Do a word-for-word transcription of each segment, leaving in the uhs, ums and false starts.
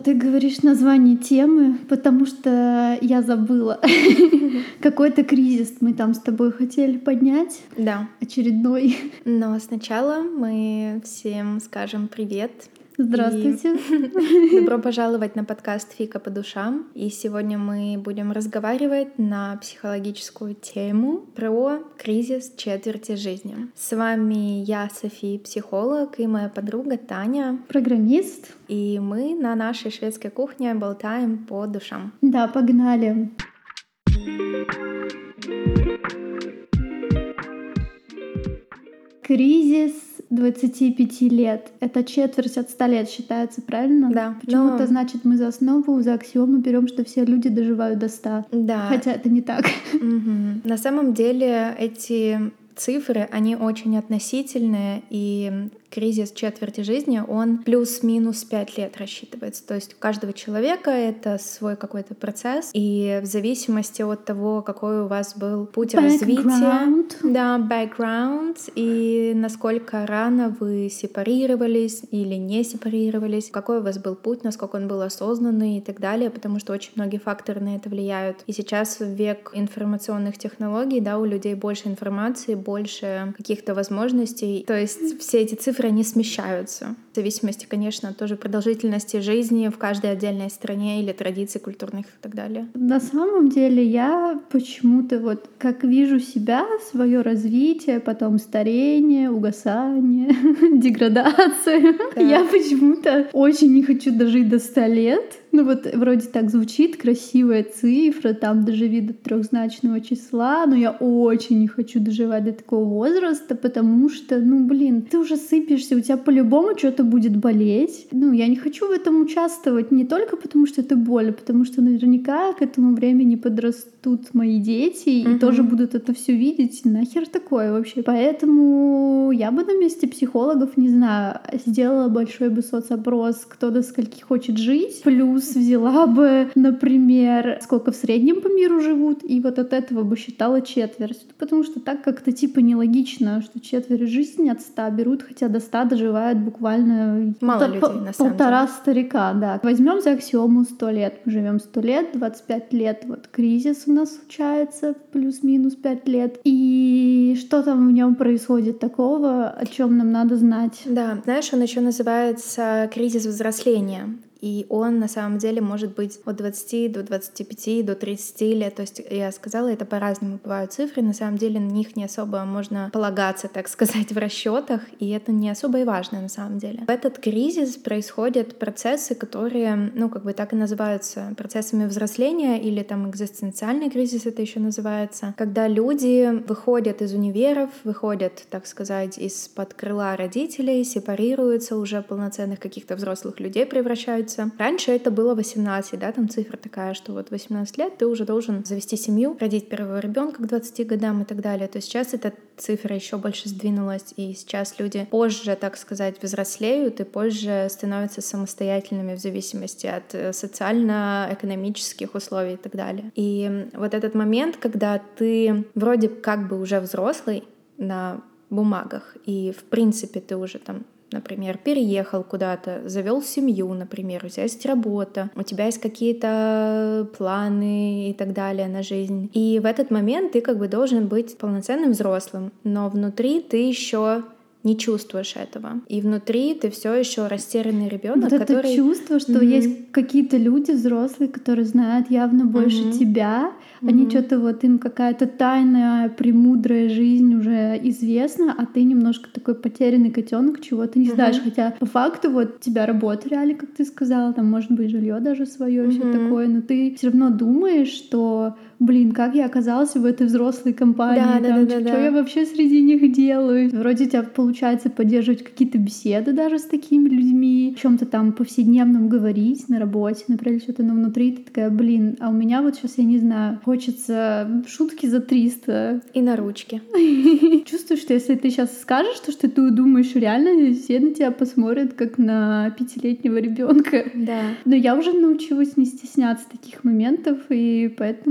ты говоришь название темы, потому что я забыла. Какой-то кризис мы там с тобой хотели поднять. Да. Очередной. Но сначала мы всем скажем привет. Здравствуйте. И добро пожаловать на подкаст «Фика по душам». И сегодня мы будем разговаривать на психологическую тему про кризис четверти жизни. С вами я, София, психолог, и моя подруга Таня, программист. И мы на нашей шведской кухне болтаем по душам. Да, погнали. Кризис двадцати пяти лет. Это четверть от ста лет считается, правильно? Да. Почему-то, но... значит, мы за основу, за аксиому берем, что все люди доживают до ста. Да. Хотя это не так. Угу. На самом деле эти цифры, они очень относительные, и кризис четверти жизни, он плюс-минус пять лет рассчитывается. То есть у каждого человека это свой какой-то процесс, и в зависимости от того, какой у вас был путь background. развития, да, background, и насколько рано вы сепарировались или не сепарировались, какой у вас был путь, насколько он был осознанный и так далее, потому что очень многие факторы на это влияют. И сейчас в век информационных технологий, да, у людей больше информации, больше каких-то возможностей. То есть все эти цифры, они смещаются. В зависимости, конечно, тоже продолжительности жизни в каждой отдельной стране или традиций культурных и так далее. На самом деле я почему-то вот как вижу себя, свое развитие, потом старение, угасание, деградация. Да. Я почему-то очень не хочу дожить до ста лет. Ну вот вроде так звучит, красивая цифра, там доживи до трехзначного числа, но я очень не хочу доживать до такого возраста, потому что, ну блин, ты уже сыпешься, у тебя по-любому что-то будет болеть. Ну, я не хочу в этом участвовать не только потому, что это боль, а потому что наверняка к этому времени подрастут мои дети угу. и тоже будут это все видеть. Нахер такое вообще? Поэтому я бы на месте психологов, не знаю, сделала большой бы соцопрос, кто до скольки хочет жить, плюс взяла бы, например, сколько в среднем по миру живут, и вот от этого бы считала четверть. Потому что так как-то типа нелогично, что четверть жизни от ста берут, хотя до ста доживают буквально мало людей, на самом полтора деле. старика, да. Возьмем за аксиому сто лет. Мы живем сто лет, двадцать пять лет, вот кризис у нас случается, плюс-минус пять лет. И что там в нем происходит такого, о чем нам надо знать? Да, знаешь, он еще называется кризис взросления. И он на самом деле может быть от двадцати до двадцати пяти, до тридцати лет. То есть я сказала, это по-разному бывают цифры. На самом деле на них не особо можно полагаться, так сказать, в расчетах, и это не особо и важно на самом деле. В этот кризис происходят процессы, которые, ну, как бы так и называются процессами взросления, или там экзистенциальный кризис это еще называется, когда люди выходят из универов, выходят, так сказать, из-под крыла родителей, сепарируются, уже полноценных каких-то взрослых людей превращаются. Раньше это было восемнадцать, да, там цифра такая, что вот восемнадцать лет ты уже должен завести семью, родить первого ребенка к двадцати годам и так далее. То есть сейчас эта цифра еще больше сдвинулась, и сейчас люди позже, так сказать, взрослеют и позже становятся самостоятельными в зависимости от социально-экономических условий и так далее. И вот этот момент, когда ты вроде как бы уже взрослый на бумагах, и в принципе ты уже там, например, переехал куда-то, завел семью, например, у тебя есть работа, у тебя есть какие-то планы и так далее на жизнь. И в этот момент ты как бы должен быть полноценным взрослым, но внутри ты еще не чувствуешь этого. И внутри ты все еще растерянный ребенок, вот который... это чувство, что mm-hmm. есть какие-то люди взрослые, которые знают явно больше mm-hmm. тебя. Mm-hmm. Они что-то вот им какая-то тайная, премудрая жизнь уже известна, а ты немножко такой потерянный котенок, чего ты не mm-hmm. знаешь. Хотя по факту вот у тебя работа реально, как ты сказала, там может быть жилье даже свое, mm-hmm. все такое, но ты все равно думаешь, что блин, как я оказалась в этой взрослой компании, да, там, да, да, что да, я да. вообще среди них делаю. Вроде у тебя получается поддерживать какие-то беседы даже с такими людьми, о чем-то там повседневном говорить на работе, например, что-то, но внутри ты такая, блин, а у меня вот сейчас, я не знаю, хочется шутки за триста. И на ручке. Чувствуешь, что если ты сейчас скажешь то, что ты думаешь, реально все на тебя посмотрят, как на пятилетнего ребенка. Да. Но я уже научилась не стесняться таких моментов, и поэтому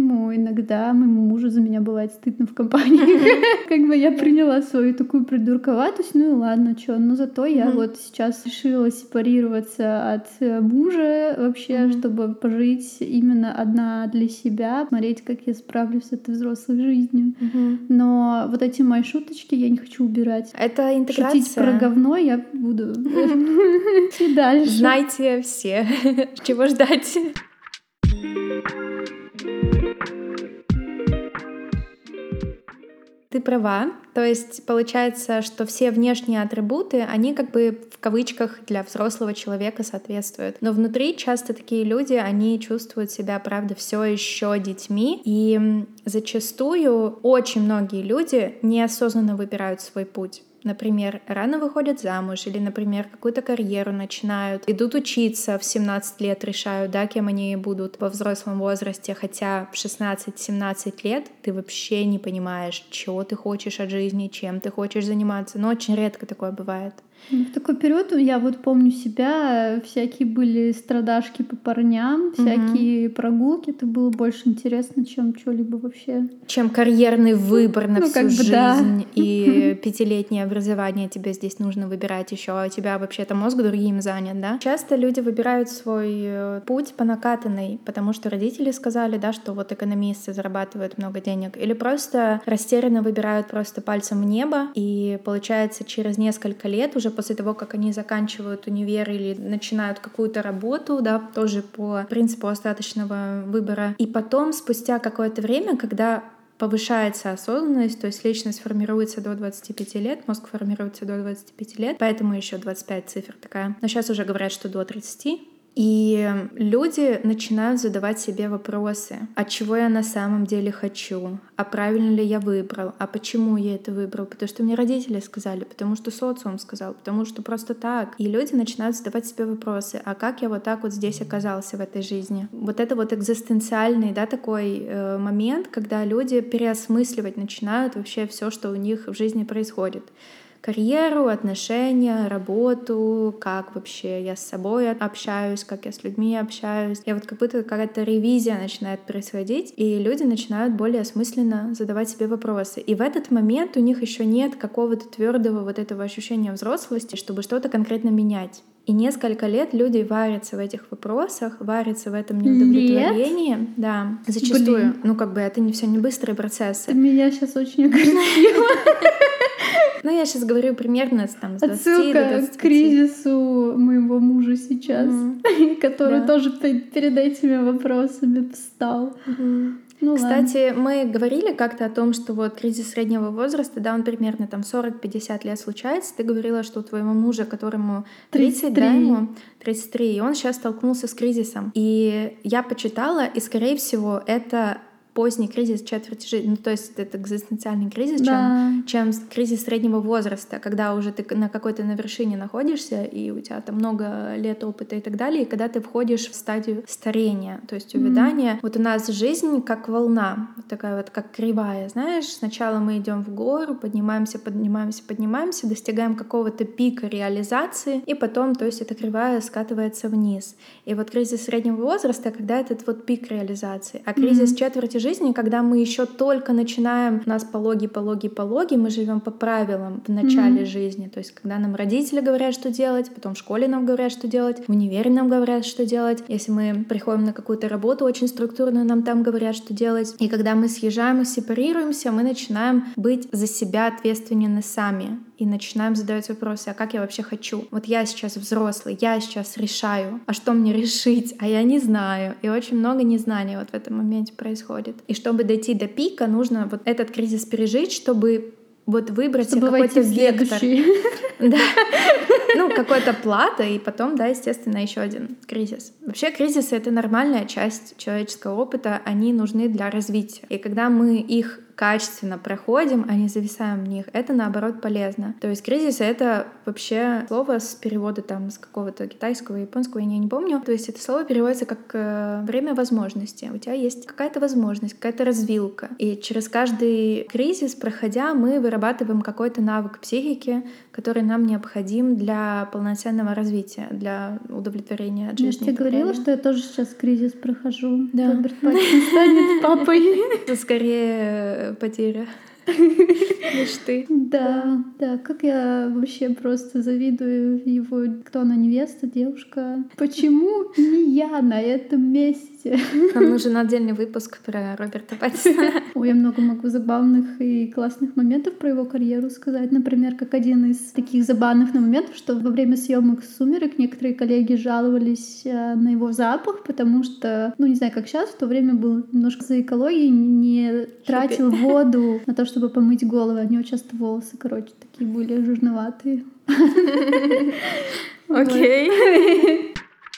иногда моему мужу за меня бывает стыдно в компании. Как бы я приняла свою такую придурковатость, ну и ладно, чё. Но зато я вот сейчас решила сепарироваться от мужа вообще, чтобы пожить именно одна для себя, смотреть, как я справлюсь с этой взрослой жизнью. Но вот эти мои шуточки я не хочу убирать. Это интеграция. Шутить про говно я буду и дальше. Знайте все, чего ждать. Ты права. То есть получается, что все внешние атрибуты, они как бы в кавычках для взрослого человека соответствуют. Но внутри часто такие люди, они чувствуют себя, правда, все еще детьми. И зачастую очень многие люди неосознанно выбирают свой путь. Например, рано выходят замуж или, например, какую-то карьеру начинают, идут учиться в семнадцать лет, решают, да, кем они будут во взрослом возрасте, хотя в шестнадцать-семнадцать лет ты вообще не понимаешь, чего ты хочешь от жизни, чем ты хочешь заниматься, но очень редко такое бывает. В такой период я вот помню себя, всякие были страдашки по парням, всякие угу. прогулки. Это было больше интересно, чем что-либо вообще. Чем карьерный выбор на ну, всю как бы жизнь. Да. И пятилетнее образование тебе здесь нужно выбирать еще, а у тебя вообще-то мозг другим занят, да? Часто люди выбирают свой путь по накатанной, потому что родители сказали, да, что вот экономисты зарабатывают много денег, или просто растерянно выбирают просто пальцем в небо, и получается через несколько лет уже после того, как они заканчивают универ или начинают какую-то работу, да, тоже по принципу остаточного выбора. И потом, спустя какое-то время, когда повышается осознанность, то есть личность формируется до двадцати пяти лет, мозг формируется до двадцати пяти лет, поэтому еще двадцать пять цифр такая. Но сейчас уже говорят, что до тридцати. И люди начинают задавать себе вопросы, а чего я на самом деле хочу, а правильно ли я выбрал, а почему я это выбрал, потому что мне родители сказали, потому что социум сказал, потому что просто так. И люди начинают задавать себе вопросы, а как я вот так вот здесь оказался в этой жизни. Вот это вот экзистенциальный, да, такой э, момент, когда люди переосмысливать начинают вообще все, что у них в жизни происходит. Карьеру, отношения, работу, как вообще я с собой общаюсь, как я с людьми общаюсь. И вот как будто какая-то ревизия начинает происходить, и люди начинают более осмысленно задавать себе вопросы. И в этот момент у них еще нет какого-то твердого вот этого ощущения взрослости, чтобы что-то конкретно менять. И несколько лет люди варятся в этих вопросах, варятся в этом неудовлетворении. Лет? Да, зачастую. Блин. Ну, как бы это не все не быстрые процессы. Ты меня сейчас очень огорчила. Ну, я сейчас говорю примерно там, с двадцати Отсылка до двадцати пяти. К кризису моего мужа сейчас, mm-hmm. который да. тоже перед этими вопросами встал. Mm-hmm. Ну, Кстати, ладно. Мы говорили как-то о том, что вот кризис среднего возраста, да, он примерно там сорок-пятьдесят лет случается. Ты говорила, что у твоего мужа, которому тридцать, да, ему тридцать три, и он сейчас столкнулся с кризисом. И я почитала, и, скорее всего, это поздний кризис четверти жизни, ну то есть это экзистенциальный кризис, да. чем, чем кризис среднего возраста, когда уже ты на какой-то на вершине находишься, и у тебя там много лет опыта и так далее, и когда ты входишь в стадию старения, то есть увядания. Mm. Вот у нас жизнь как волна, вот такая вот как кривая, знаешь, сначала мы идем в гору, поднимаемся, поднимаемся, поднимаемся, достигаем какого-то пика реализации, и потом, то есть эта кривая скатывается вниз. И вот кризис среднего возраста, когда этот вот пик реализации, а кризис mm. четверти жизни, когда мы еще только начинаем, у нас пологи, пологи, пологи, мы живем по правилам в начале mm-hmm. жизни. То есть, когда нам родители говорят, что делать, потом в школе нам говорят, что делать, в универе нам говорят, что делать. Если мы приходим на какую-то работу очень структурную, нам там говорят, что делать. И когда мы съезжаем и сепарируемся, мы начинаем быть за себя ответственны сами. И начинаем задавать вопросы, а как я вообще хочу? Вот я сейчас взрослый, я сейчас решаю, а что мне решить? А я не знаю. И очень много незнания вот в этом моменте происходит. И чтобы дойти до пика, нужно вот этот кризис пережить, чтобы вот выбрать чтобы какой-то вектор. Да. Ну, какой-то плата, и потом, да, естественно, еще один кризис. Вообще кризисы — это нормальная часть человеческого опыта, они нужны для развития. И когда мы их качественно проходим, а не зависаем в них, это наоборот полезно. То есть кризис — это вообще слово с перевода там с какого-то китайского, японского, я не, не помню. То есть это слово переводится как э, время возможности. У тебя есть какая-то возможность, какая-то развилка. И через каждый кризис, проходя, мы вырабатываем какой-то навык психики, который нам необходим для полноценного развития, для удовлетворения от жизни. Я тебе говорила, что я тоже сейчас кризис прохожу. Да. Роберт Паттинсон станет папой. Это скорее потеря мечты. Да, да, как я вообще просто завидую его, кто она, невеста, девушка. Почему не я на этом месте? Нам нужен отдельный выпуск про Роберта Паттинсона. Ой, я много могу забавных и классных моментов про его карьеру сказать. Например, как один из таких забавных моментов, что во время съемок «Сумерек» некоторые коллеги жаловались э, на его запах, потому что, ну не знаю, как сейчас, в то время был немножко за экологией, не тратил воду на то, чтобы помыть голову. У него часто волосы, короче, такие были жирноватые. Окей.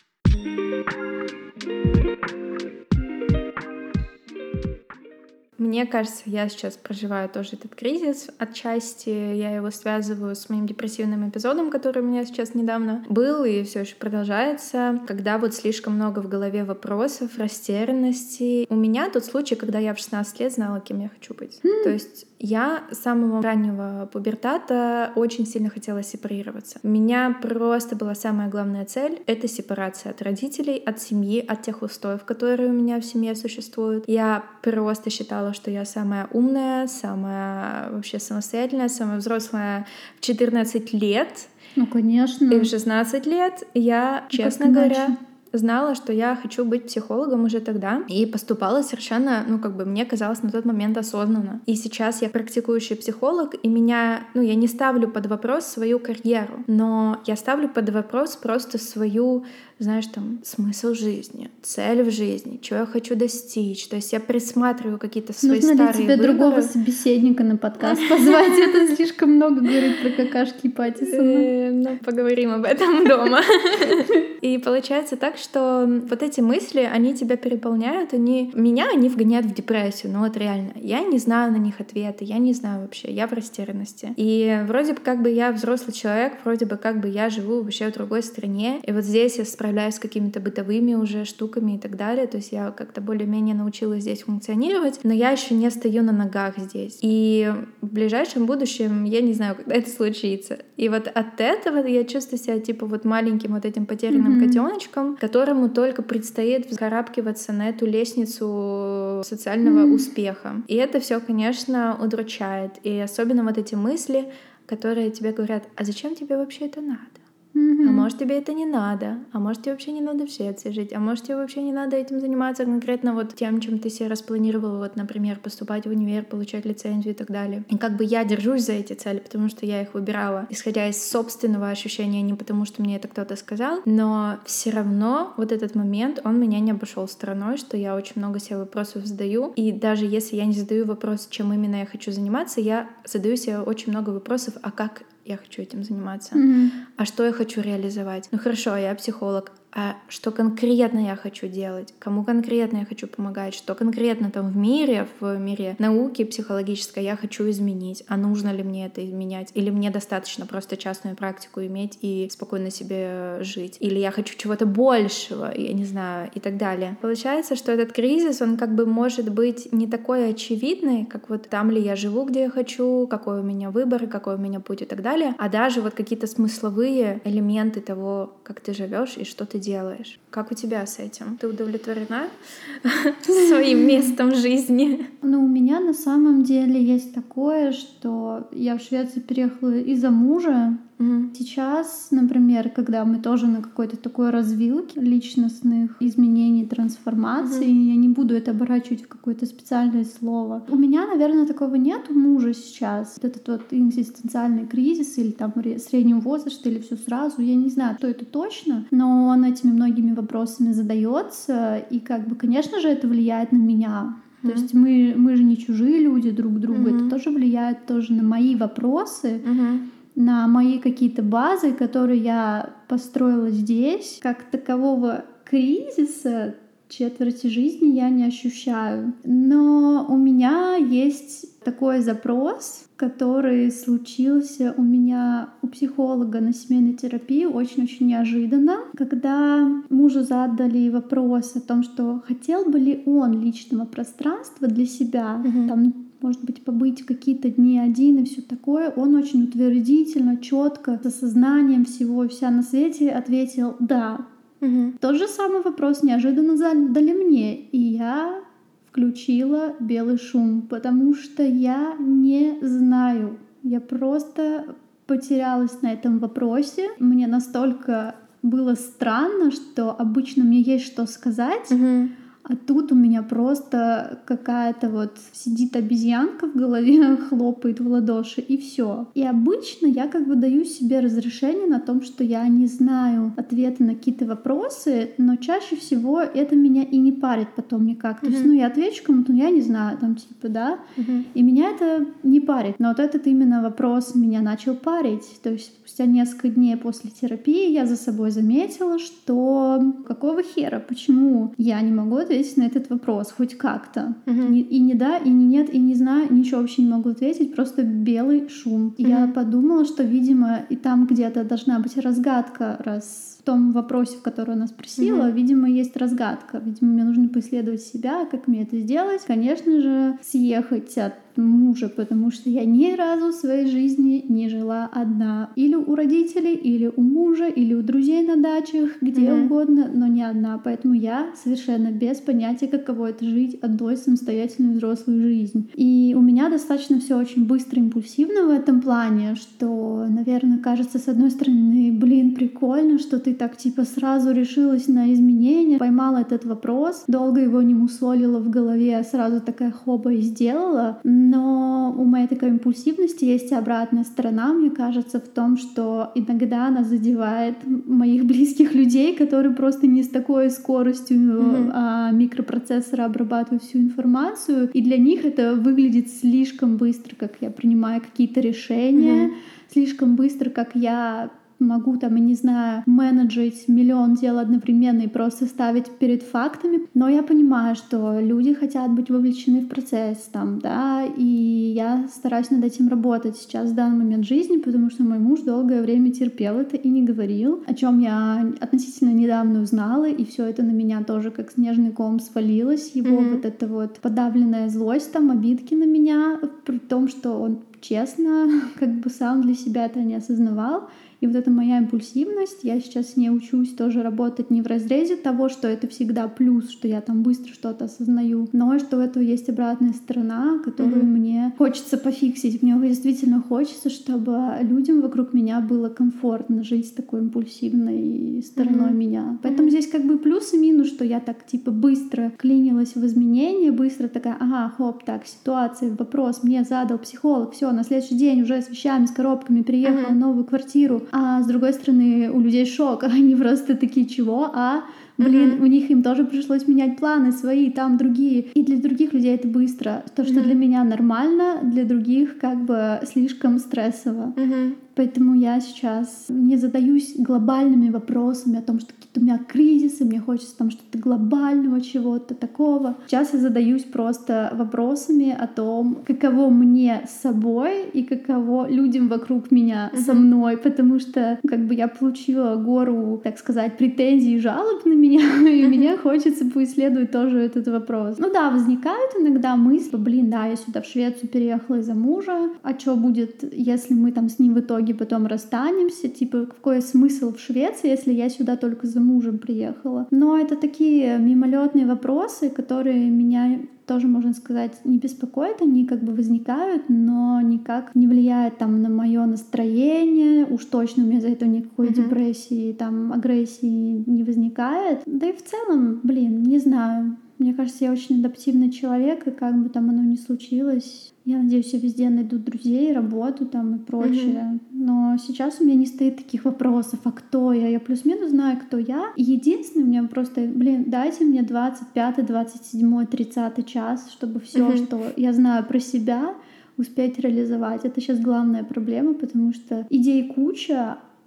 Мне кажется, я сейчас проживаю тоже этот кризис. Отчасти я его связываю с моим депрессивным эпизодом, который у меня сейчас недавно был и все еще продолжается, когда вот слишком много в голове вопросов, растерянности. У меня тот случай, когда я в шестнадцать лет знала, кем я хочу быть. Mm. То есть я с самого раннего пубертата очень сильно хотела сепарироваться. У меня просто была самая главная цель — это сепарация от родителей, от семьи, от тех устоев, которые у меня в семье существуют. Я просто считала, что я самая умная, самая вообще самостоятельная, самая взрослая в четырнадцать лет. Ну, конечно. И в шестнадцать лет я, честно говоря, знала, что я хочу быть психологом уже тогда, и поступала совершенно, ну, как бы мне казалось на тот момент осознанно. И сейчас я практикующий психолог, и меня, ну, я не ставлю под вопрос свою карьеру, но я ставлю под вопрос просто свою, знаешь, там, смысл жизни, цель в жизни, чего я хочу достичь. То есть я присматриваю какие-то свои Нужно старые ли тебе выборы. другого собеседника на подкаст позвать? Это слишком много говорит про какашки и Паттинсона. Ну, поговорим об этом дома. И получается так, что вот эти мысли, они тебя переполняют, они меня они вгоняют в депрессию. Ну вот реально. Я не знаю на них ответа, я не знаю вообще, я в растерянности. И вроде бы как бы я взрослый человек, вроде бы как бы я живу вообще в другой стране, и вот здесь я справляюсь с какими-то бытовыми уже штуками и так далее, то есть я как-то более-менее научилась здесь функционировать, но я еще не стою на ногах здесь. И в ближайшем будущем я не знаю, когда это случится. И вот от этого я чувствую себя типа вот маленьким вот этим потерянным mm-hmm. котеночком, которому только предстоит вскарабкиваться на эту лестницу социального mm-hmm. успеха. И это все, конечно, удручает. И особенно вот эти мысли, которые тебе говорят: а зачем тебе вообще это надо? Mm-hmm. А может, тебе это не надо? А может, тебе вообще не надо в Швеции жить? А может, тебе вообще не надо этим заниматься конкретно вот тем, чем ты себе распланировала, вот, например, поступать в универ, получать лицензию и так далее. И как бы я держусь за эти цели, потому что я их выбирала, исходя из собственного ощущения, не потому что мне это кто-то сказал, но все равно вот этот момент, он меня не обошел стороной, что я очень много себе вопросов задаю, и даже если я не задаю вопрос, чем именно я хочу заниматься, я задаю себе очень много вопросов, а как я хочу этим заниматься, mm-hmm. а что я хочу реализовать. Ну хорошо, я психолог, а что конкретно я хочу делать, кому конкретно я хочу помогать, что конкретно там в мире, в мире науки психологической я хочу изменить, а нужно ли мне это изменять, или мне достаточно просто частную практику иметь и спокойно себе жить, или я хочу чего-то большего, я не знаю, и так далее. Получается, что этот кризис, он как бы может быть не такой очевидный, как вот там ли я живу, где я хочу, какой у меня выбор, какой у меня путь и так далее, а даже вот какие-то смысловые элементы того, как ты живешь и что ты делаешь. Как у тебя с этим? Ты удовлетворена своим местом в жизни? Ну, у меня на самом деле есть такое, что я в Швецию переехала из-за мужа. Mm-hmm. Сейчас, например, когда мы тоже на какой-то такой развилке личностных изменений, трансформации, mm-hmm. я не буду это оборачивать в какое-то специальное слово. У меня, наверное, такого нет у мужа сейчас. Вот этот вот экзистенциальный кризис или там среднего возраста, или все сразу, я не знаю, что это точно, но он этими многими вопросами задается, и как бы, конечно же, это влияет на меня. Mm-hmm. То есть мы, мы же не чужие люди друг другу, mm-hmm. это тоже влияет тоже на мои вопросы, mm-hmm. на мои какие-то базы, которые я построила здесь. Как такового кризиса четверти жизни я не ощущаю. Но у меня есть такой запрос, который случился у меня у психолога на семейной терапии очень-очень неожиданно, когда мужу задали вопрос о том, что хотел бы ли он личного пространства для себя, Мгм. там, может быть, побыть какие-то дни один и все такое. Он очень утвердительно, четко, с осознанием всего и вся на свете ответил «да». Мгм. Тот же самый вопрос неожиданно задали мне, и я включила белый шум, потому что я не знаю. Я просто потерялась на этом вопросе. Мне настолько было странно, что обычно мне есть что сказать, Мгм. а тут у меня просто какая-то вот сидит обезьянка в голове, хлопает в ладоши, и все. И обычно я как бы даю себе разрешение на том, что я не знаю ответы на какие-то вопросы, но чаще всего это меня и не парит потом никак. То есть, Мгм. ну, я отвечу кому-то, ну, я не знаю, там, типа, да, Мгм. и меня это не парит. Но вот этот именно вопрос меня начал парить. То есть спустя несколько дней после терапии я за собой заметила, что какого хера, почему я не могу ответить на этот вопрос хоть как-то. Мгм. Ни- И не да, и не нет, и не знаю, ничего вообще не могу ответить, просто белый шум. И я Мгм. подумала, что, видимо, и там где-то должна быть разгадка, раз в том вопросе, в который она спросила, Мгм. видимо, есть разгадка. Видимо, мне нужно поисследовать себя, как мне это сделать. Конечно же, съехать от мужа, потому что я ни разу в своей жизни не жила одна. Или у родителей, или у мужа, или у друзей на дачах, где Мгм. угодно, но не одна. Поэтому я совершенно без понятия, каково это жить одной самостоятельной взрослой жизнью. И у меня достаточно все очень быстро, импульсивно в этом плане, что, наверное, кажется, с одной стороны, блин, прикольно, что ты так типа сразу решилась на изменения, поймала этот вопрос, долго его не мусолила в голове, а сразу такая хоба и сделала. Но у моей такой импульсивности есть и обратная сторона, мне кажется, в том, что иногда она задевает моих близких людей, которые просто не с такой скоростью Мгм. а, микропроцессора обрабатывают всю информацию, и для них это выглядит слишком быстро, как я принимаю какие-то решения, Мгм. слишком быстро, как я могу там, я не знаю, менеджить миллион дел одновременно и просто ставить перед фактами. Но я понимаю, что люди хотят быть вовлечены в процесс там, да, и я стараюсь над этим работать сейчас в данный момент жизни, потому что мой муж долгое время терпел это и не говорил, о чем я относительно недавно узнала, и все это на меня тоже как снежный ком свалилось, его Мгм. вот эта вот подавленная злость, там, обидки на меня, при том, что он честно, как бы сам для себя это не осознавал. И вот эта моя импульсивность, я сейчас с ней учусь тоже работать не в разрезе того, что это всегда плюс, что я там быстро что-то осознаю, но и что у этого есть обратная сторона, которую Мгм. мне хочется пофиксить. Мне действительно хочется, чтобы людям вокруг меня было комфортно жить с такой импульсивной стороной Мгм. меня. Поэтому Мгм. здесь как бы плюс и минус, что я так типа быстро клинилась в изменения, быстро такая, ага, хоп, так, ситуация, вопрос мне задал психолог, все, на следующий день уже с вещами, с коробками приехала в Мгм. новую квартиру. А с другой стороны, у людей шок. Они просто такие, чего? А, блин, Мгм. у них им тоже пришлось менять планы свои, там другие. И для других людей это быстро. То, что Мгм. для меня нормально, для других как бы слишком стрессово. Мгм. Поэтому я сейчас не задаюсь глобальными вопросами о том, что какие-то у меня кризисы, мне хочется там что-то глобального, чего-то такого. Сейчас я задаюсь просто вопросами о том, каково мне с собой и каково людям вокруг меня со Мгм. мной, потому что как бы я получила гору, так сказать, претензий и жалоб на меня, и Мгм. мне хочется поисследовать тоже этот вопрос. Ну да, возникают иногда мысли, блин, да, я сюда в Швецию переехала из-за мужа, а что будет, если мы там с ним в итоге потом расстанемся, типа, какой смысл в Швеции, если я сюда только за мужем приехала. Но это такие мимолетные вопросы, которые меня тоже, можно сказать, не беспокоят, они как бы возникают, но никак не влияют там на мое настроение, уж точно у меня за это никакой Мгм. депрессии, там, агрессии не возникает. Да и в целом, блин, не знаю. Мне кажется, я очень адаптивный человек, и как бы там оно ни случилось, я надеюсь, я везде найду друзей, работу там и прочее. Но сейчас у меня не стоит таких вопросов, а кто я? Я плюс-минус знаю, кто я. И единственное, у меня просто, блин, дайте мне двадцать пятый, двадцать седьмой, тридцатый час, чтобы все, Мгм. что я знаю про себя, успеть реализовать. Это сейчас главная проблема, потому что идей куча,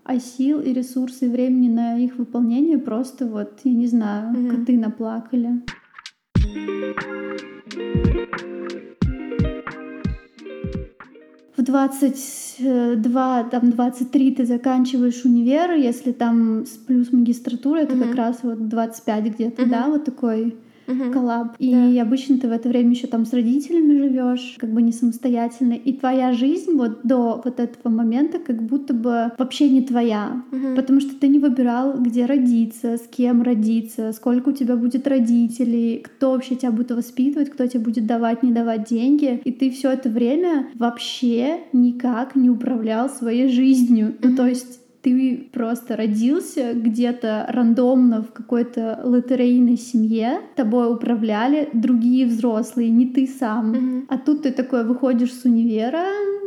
а сил и ресурсов и времени на их выполнение просто вот, я не знаю, Мгм. коты наплакали. В двадцать два, там двадцать три ты заканчиваешь универ, если там с плюс магистратура, это как Мгм. раз вот двадцать пять где-то, Мгм. да, вот такой Мгм. коллаб. Да. И обычно ты в это время еще там с родителями живешь, как бы не самостоятельно. И твоя жизнь вот до вот этого момента как будто бы вообще не твоя. Мгм. Потому что ты не выбирал, где родиться, с кем родиться, сколько у тебя будет родителей, кто вообще тебя будет воспитывать, кто тебе будет давать, не давать деньги. И ты все это время вообще никак не управлял своей жизнью. Ну, то Мгм. есть ты просто родился где-то рандомно в какой-то лотерейной семье, тобой управляли другие взрослые, не ты сам. Мгм. А тут ты такой выходишь с универа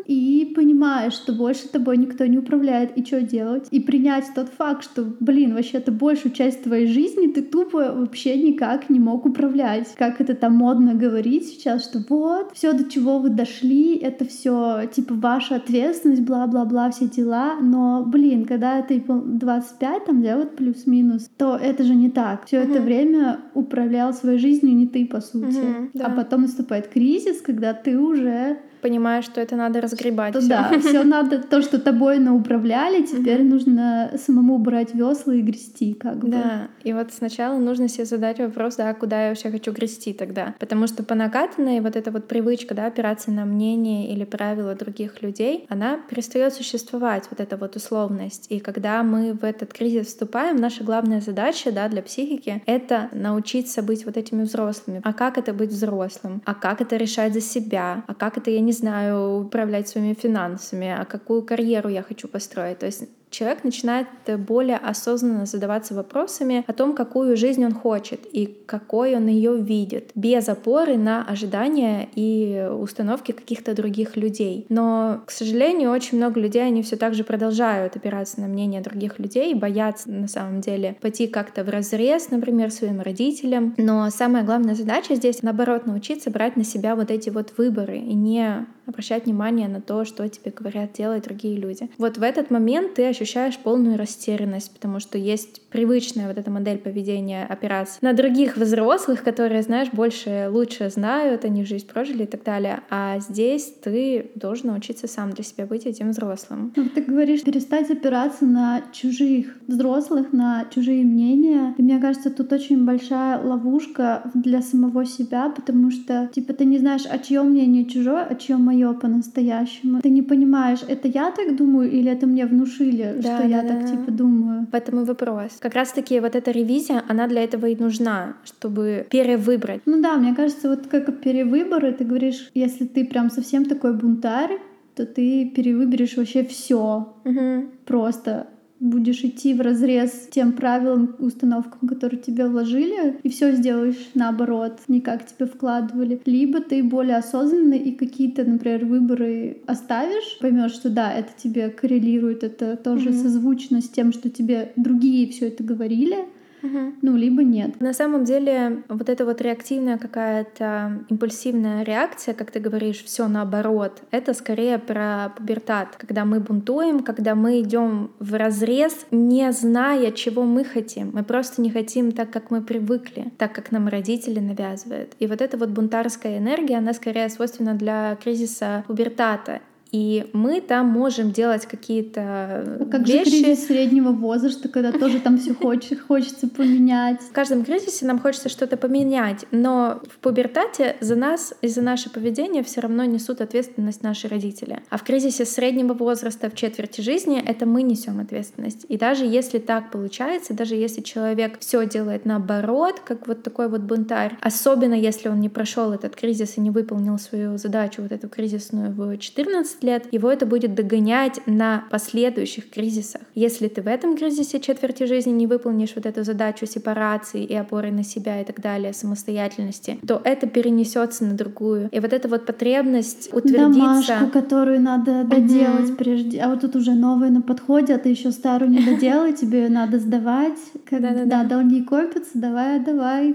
и понимаешь, что больше тобой никто не управляет, и что делать? И принять тот факт, что, блин, вообще-то большую часть твоей жизни ты тупо вообще никак не мог управлять. Как это там модно говорить сейчас, что вот, все, до чего вы дошли, это все типа ваша ответственность, бла-бла-бла, все дела. Но, блин, когда ты двадцать пять, там, да, вот плюс-минус, то это же не так. Все это Мгм. время управлял своей жизнью не ты, по сути. Мгм. А Да. потом наступает кризис, когда ты уже Понимаю, что это надо разгребать то всё. да, все надо, то, что тобой науправляли, теперь Мгм. нужно самому брать весла и грести, как бы. Да, и вот сначала нужно себе задать вопрос, да, куда я вообще хочу грести тогда. Потому что по накатанной вот эта вот привычка, да, опираться на мнение или правила других людей, она перестает существовать, вот эта вот условность. И когда мы в этот кризис вступаем, наша главная задача, да, для психики — это научиться быть вот этими взрослыми. А как это быть взрослым? А как это решать за себя? А как это, я не знаю, управлять своими финансами? А какую карьеру я хочу построить? То есть человек начинает более осознанно задаваться вопросами о том, какую жизнь он хочет и какой он ее видит, без опоры на ожидания и установки каких-то других людей. Но, к сожалению, очень много людей, они все так же продолжают опираться на мнение других людей, боятся на самом деле пойти как-то вразрез, например, своим родителям. Но самая главная задача здесь, наоборот, научиться брать на себя вот эти вот выборы и не обращать внимание на то, что тебе говорят делать другие люди. Вот в этот момент ты ощущаешь полную растерянность, потому что есть привычная вот эта модель поведения, опираться на других взрослых, которые, знаешь, больше, лучше знают, они жизнь прожили и так далее. А здесь ты должен научиться сам для себя быть этим взрослым. Ну, ты говоришь, перестать опираться на чужих взрослых, на чужие мнения. И мне кажется, тут очень большая ловушка для самого себя, потому что, типа, ты не знаешь, о чьем мнение чужое, о чьем мое по-настоящему. Ты не понимаешь, это я так думаю или это мне внушили, Да, что я да, так да. типа думаю. В этом и вопрос. Как раз-таки вот эта ревизия, она для этого и нужна, чтобы перевыбрать. Ну да, мне кажется, вот как перевыборы, ты говоришь, если ты прям совсем такой бунтарь, то ты перевыберешь вообще все. Угу. Просто будешь идти вразрез тем правилам, установкам, которые тебе вложили, и все сделаешь наоборот, не как тебе вкладывали. Либо ты более осознанный и какие-то, например, выборы оставишь, поймешь, что да, это тебе коррелирует, это тоже Мгм. созвучно с тем, что тебе другие все это говорили, Угу. ну, либо нет. На самом деле, вот эта вот реактивная какая-то импульсивная реакция, как ты говоришь, все наоборот, это скорее про пубертат, когда мы бунтуем, когда мы идем в разрез, не зная, чего мы хотим. Мы просто не хотим так, как мы привыкли, так, как нам родители навязывают. И вот эта вот бунтарская энергия, она скорее свойственна для кризиса пубертата. И мы там можем делать какие-то А как вещи. же кризис среднего возраста, когда тоже там все хочется поменять? В каждом кризисе нам хочется что-то поменять, но в пубертате за нас и за наше поведение все равно несут ответственность наши родители. А в кризисе среднего возраста в четверти жизни это мы несем ответственность. И даже если так получается, даже если человек все делает наоборот, как вот такой вот бунтарь, особенно если он не прошел этот кризис и не выполнил свою задачу, вот эту кризисную в четырнадцать лет, его это будет догонять на последующих кризисах. Если ты в этом кризисе четверти жизни не выполнишь вот эту задачу сепарации и опоры на себя и так далее, самостоятельности, то это перенесется на другую. И вот эта вот потребность утвердиться... Домашку, которую надо доделать Мгм. прежде. А вот тут уже новая на подходе, а ты еще старую не доделай, тебе ее надо сдавать. Как, Да-да-да. да, долги копятся, давай, давай.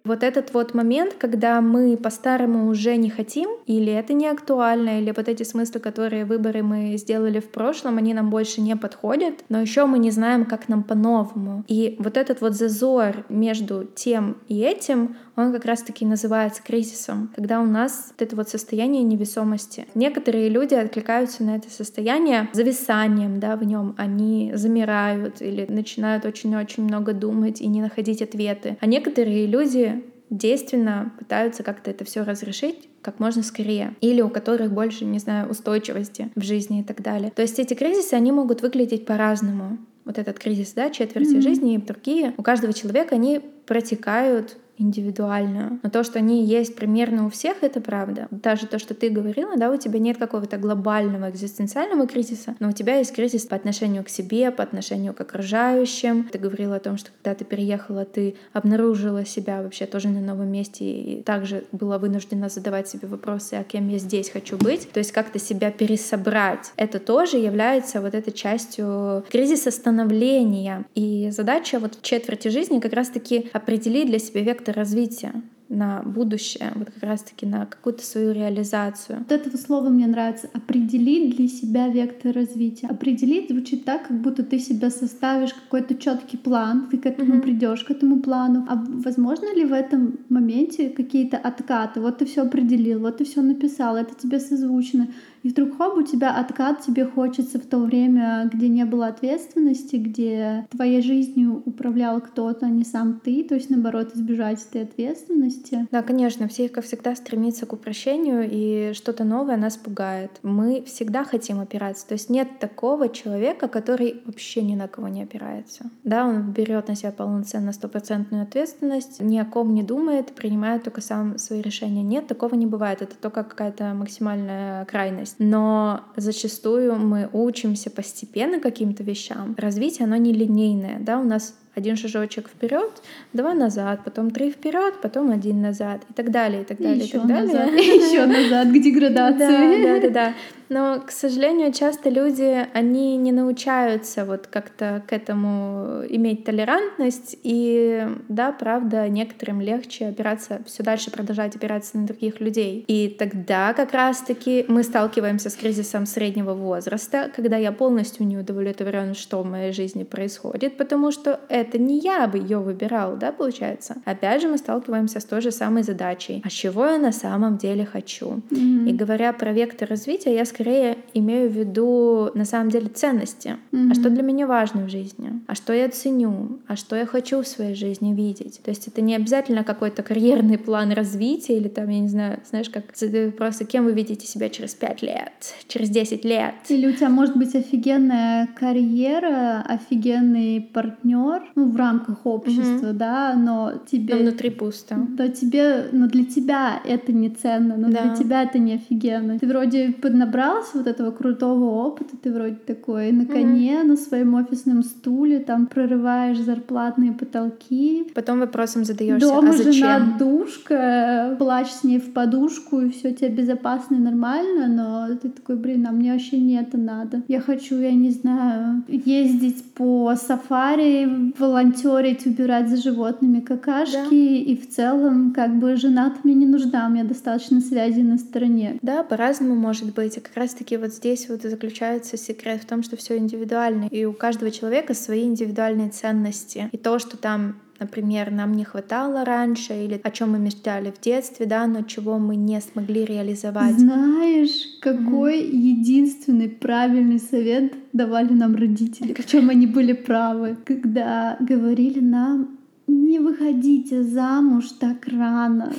Вот этот вот момент, когда мы по-старому уже не хотим, или это не актуально, или вот эти смыслы, которые выборы мы сделали в прошлом, они нам больше не подходят, но еще мы не знаем, как нам по-новому. И вот этот вот зазор между тем и этим, он как раз-таки называется кризисом, когда у нас вот это вот состояние невесомости. Некоторые люди откликаются на это состояние зависанием, да, в нем. Они замирают или начинают очень-очень много думать и не находить ответы. А некоторые люди действенно пытаются как-то это все разрешить как можно скорее. Или у которых больше, не знаю, устойчивости в жизни и так далее. То есть эти кризисы, они могут выглядеть по-разному. Вот этот кризис, да, четверти mm-hmm. жизни и другие. У каждого человека они протекают индивидуально. Но то, что они есть примерно у всех, это правда. Даже то, что ты говорила, да, у тебя нет какого-то глобального экзистенциального кризиса, но у тебя есть кризис по отношению к себе, по отношению к окружающим. Ты говорила о том, что когда ты переехала, ты обнаружила себя вообще тоже на новом месте и также была вынуждена задавать себе вопросы, а кем я здесь хочу быть. То есть как-то себя пересобрать. Это тоже является вот этой частью кризиса становления. И задача вот в четверти жизни как раз-таки определить для себя вектор развития на будущее, вот как раз-таки на какую-то свою реализацию. Вот это слово мне нравится. Определить для себя вектор развития. Определить звучит так, как будто ты себя составишь какой-то четкий план, ты к этому mm-hmm. придешь, к этому плану. А возможно ли в этом моменте какие-то откаты? Вот ты все определил, вот ты все написал, это тебе созвучно. И вдруг хоп, у тебя откат, тебе хочется в то время, где не было ответственности, где твоей жизнью управлял кто-то, а не сам ты, то есть наоборот избежать этой ответственности. Да, конечно, психика всегда стремится к упрощению, и что-то новое нас пугает. Мы всегда хотим опираться, то есть нет такого человека, который вообще ни на кого не опирается. Да, он берет на себя полноценно стопроцентную ответственность, ни о ком не думает, принимает только сам свои решения. Нет, такого не бывает, это только какая-то максимальная крайность. Но зачастую мы учимся постепенно каким-то вещам. Развитие, оно не линейное, да, у нас один шажочек вперед, два назад, потом три вперед, потом один назад и так далее, и так далее, и так далее. Еще назад к деградации. Да, да, да, да. Но, к сожалению, часто люди, они не научаются вот как-то к этому иметь толерантность, и да, правда, некоторым легче опираться, все дальше продолжать опираться на других людей. И тогда как раз-таки мы сталкиваемся с кризисом среднего возраста, когда я полностью не удовлетворен, что в моей жизни происходит, потому что это не я бы ее выбирал, да, получается. Опять же, мы сталкиваемся с той же самой задачей. А чего я на самом деле хочу? Mm-hmm. И говоря про вектор развития, я скорее имею в виду на самом деле ценности. Mm-hmm. А что для меня важно в жизни? А что я ценю? А что я хочу в своей жизни видеть? То есть это не обязательно какой-то карьерный план развития или там, я не знаю, знаешь, как задают вопросы, кем вы видите себя через пять лет, через десять лет? Или у тебя может быть офигенная карьера, офигенный партнер, ну, в рамках общества, mm-hmm. да, но тебе... Но внутри пусто. Да, тебе, но для тебя это не ценно, но да. для тебя это не офигенно. Ты вроде поднабрался вот этого крутого опыта, ты вроде такой на коне, mm-hmm. на своем офисном стуле, там прорываешь зарплатные потолки. Потом вопросом задаешься, дома а зачем? Жена душка, плачь с ней в подушку, и все тебе безопасно и нормально, но ты такой, блин, а мне вообще не это надо. Я хочу, я не знаю, ездить по сафари, волонтерить, убирать за животными какашки, да. и в целом как бы жена-то мне не нужна, у меня достаточно связей на стороне. Да, по-разному может быть, и как раз-таки вот здесь вот и заключается секрет в том, что все индивидуально, и у каждого человека свои индивидуальные ценности, и то, что там, например, нам не хватало раньше, или о чем мы мечтали в детстве, да, но чего мы не смогли реализовать. Знаешь, какой mm-hmm. единственный правильный совет давали нам родители, причем они были правы, когда говорили нам: не выходите замуж так рано.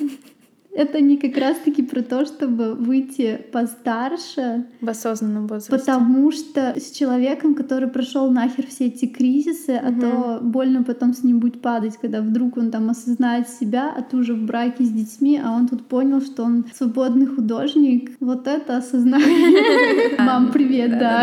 Это не как раз-таки про то, чтобы выйти постарше. В осознанном возрасте. Потому что с человеком, который прошел нахер все эти кризисы, угу. а то больно потом с ним будет падать, когда вдруг он там осознает себя, а ты уже в браке с детьми, а он тут понял, что он свободный художник. Вот это осознание. Мам, привет, да.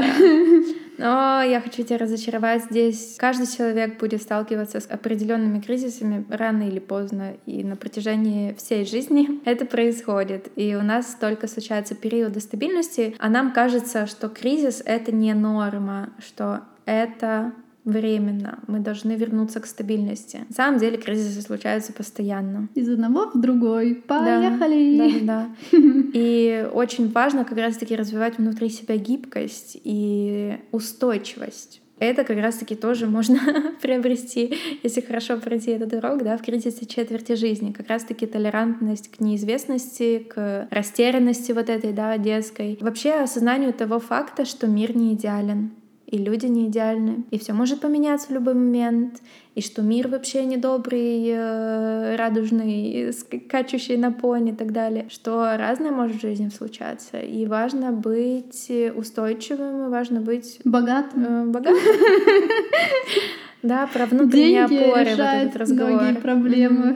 Но я хочу тебя разочаровать здесь. Каждый человек будет сталкиваться с определенными кризисами рано или поздно, и на протяжении всей жизни это происходит. И у нас только случаются периоды стабильности, а нам кажется, что кризис — это не норма, что это временно. Мы должны вернуться к стабильности. На самом деле кризисы случаются постоянно. Из одного в другой. Поехали! Да, да, да. да. И очень важно как раз-таки развивать внутри себя гибкость и устойчивость. Это как раз-таки тоже можно приобрести, если хорошо пройти этот урок, да, в кризисе четверти жизни. Как раз-таки толерантность к неизвестности, к растерянности вот этой, да, детской. Вообще осознанию того факта, что мир не идеален, и люди не идеальны, и все может поменяться в любой момент, и что мир вообще недобрый, радужный, скачущий на пони и так далее, что разное может в жизни случаться, и важно быть устойчивым, и важно быть богатым. Э, богатым. Да, про внутренние опоры вот этот разговор. Многие проблемы.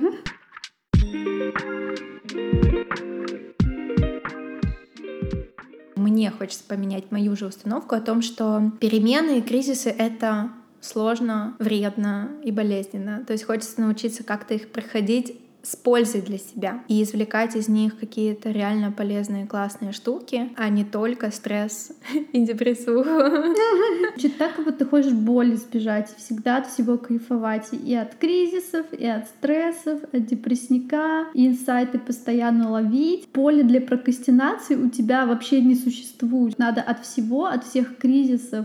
Мне хочется поменять мою же установку о том, что перемены и кризисы — это сложно, вредно и болезненно. То есть хочется научиться как-то их проходить с пользой для себя и извлекать из них какие-то реально полезные, классные штуки, а не только стресс и депрессуху. Звучит так, как будто ты хочешь боль избежать, и всегда от всего кайфовать. И от кризисов, и от стрессов, от депрессника, и инсайты постоянно ловить. Поля для прокрастинации у тебя вообще не существует. Надо от всего, от всех кризисов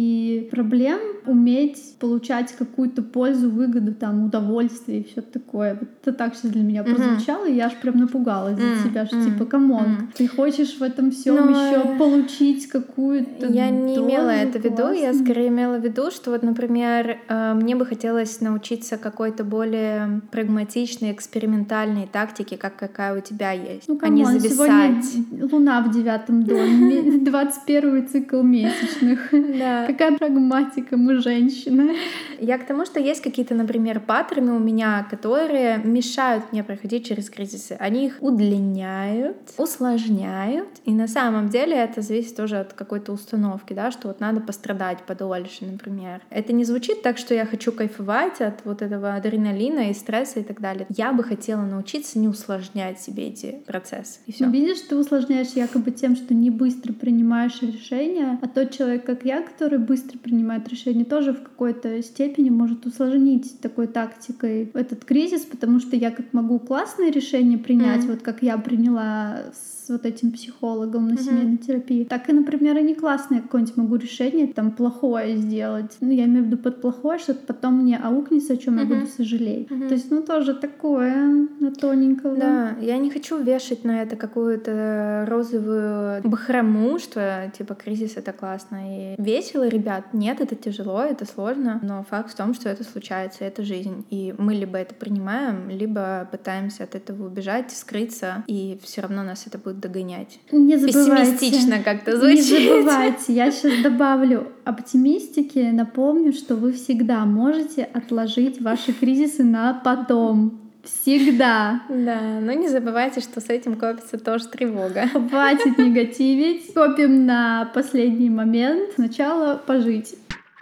и проблем уметь получать какую-то пользу, выгоду, там, удовольствие и все такое. Вот это так сейчас для меня прозвучало, mm-hmm. и я аж прям напугалась за mm-hmm. себя, что mm-hmm. типа, камон, mm-hmm. ты хочешь в этом всем Но... еще получить какую-то Я не дозу имела это в виду, классную. Я скорее имела в виду, что вот, например, мне бы хотелось научиться какой-то более прагматичной, экспериментальной тактике, как какая у тебя есть, ну, а не зависать. Сегодня Луна в девятом доме, двадцать первый цикл месячных. Да. Какая прагматика, мы женщины. Я к тому, что есть какие-то, например, паттерны у меня, которые мешают мне проходить через кризисы. Они их удлиняют, усложняют, и на самом деле это зависит тоже от какой-то установки, да, что вот надо пострадать подольше, например. Это не звучит так, что я хочу кайфовать от вот этого адреналина и стресса и так далее. Я бы хотела научиться не усложнять себе эти процессы. И всё. Ну, видишь, ты усложняешь якобы тем, что не быстро принимаешь решения, а тот человек, как я, который быстро принимает решения, тоже в какой-то степени может усложнить такой тактикой этот кризис, потому что я как могу классные решения принять, mm-hmm. вот как я приняла с вот этим психологом на mm-hmm. семейной терапии, так и, например, и не классное какое-нибудь могу решение там плохое сделать. Ну, я имею в виду под плохое, что потом мне аукнется, о чем mm-hmm. я буду сожалеть. Mm-hmm. То есть, ну, тоже такое на тоненького. Да, я не хочу вешать на это какую-то розовую бахрому, что, типа, кризис — это классно и весело, ребят. Нет, это тяжело, это сложно, но факт в том, что это случается, это жизнь. И мы либо это принимаем, либо пытаемся от этого убежать, скрыться, и все равно нас это будет догонять. Не забывайте. Пессимистично как-то звучит. Не забывайте, я сейчас добавлю оптимистики, напомню, что вы всегда можете отложить ваши кризисы на потом. Всегда. Да, но не забывайте, что с этим копится тоже тревога. Хватит негативить. Копим на последний момент. Сначала пожить.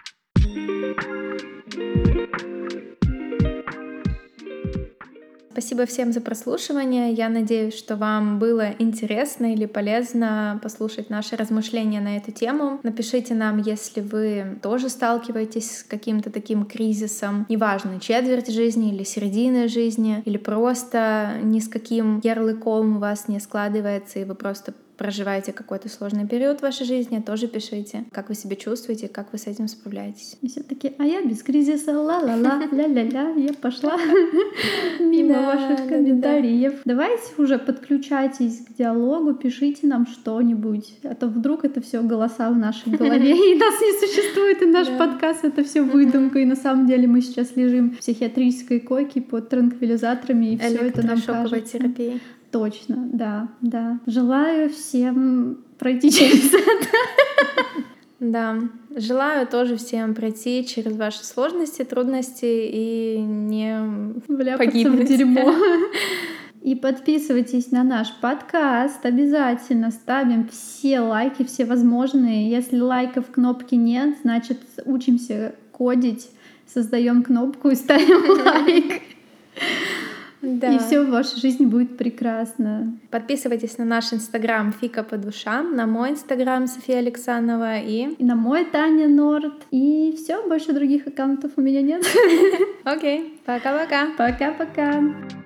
Спасибо всем за прослушивание. Я надеюсь, что вам было интересно или полезно послушать наши размышления на эту тему. Напишите нам, если вы тоже сталкиваетесь с каким-то таким кризисом. Неважно, четверть жизни или середина жизни, или просто ни с каким ярлыком у вас не складывается, и вы просто проживаете какой-то сложный период в вашей жизни, тоже пишите, как вы себя чувствуете, как вы с этим справляетесь. И все таки, а я без кризиса, ла-ла-ла, ля-ля-ля, я пошла мимо ваших комментариев. Давайте уже подключайтесь к диалогу, пишите нам что-нибудь, а то вдруг это все голоса в нашей голове, и нас не существует, и наш подкаст — это все выдумка, и на самом деле мы сейчас лежим в психиатрической койке под транквилизаторами, и все это нам кажется. Терапии. Точно, да, да. Желаю всем пройти через это. Да, желаю тоже всем пройти через ваши сложности, трудности и не погибнуть. В дерьмо. И подписывайтесь на наш подкаст. Обязательно ставим все лайки, все возможные. Если лайков кнопки нет, значит, учимся кодить, создаем кнопку и ставим лайк. Да. И все в вашей жизни будет прекрасно. Подписывайтесь на наш инстаграм Фика по душам, на мой инстаграм София Александрова и... И на мой Таня Норд. И все, больше других аккаунтов у меня нет. Окей, пока-пока. Пока-пока.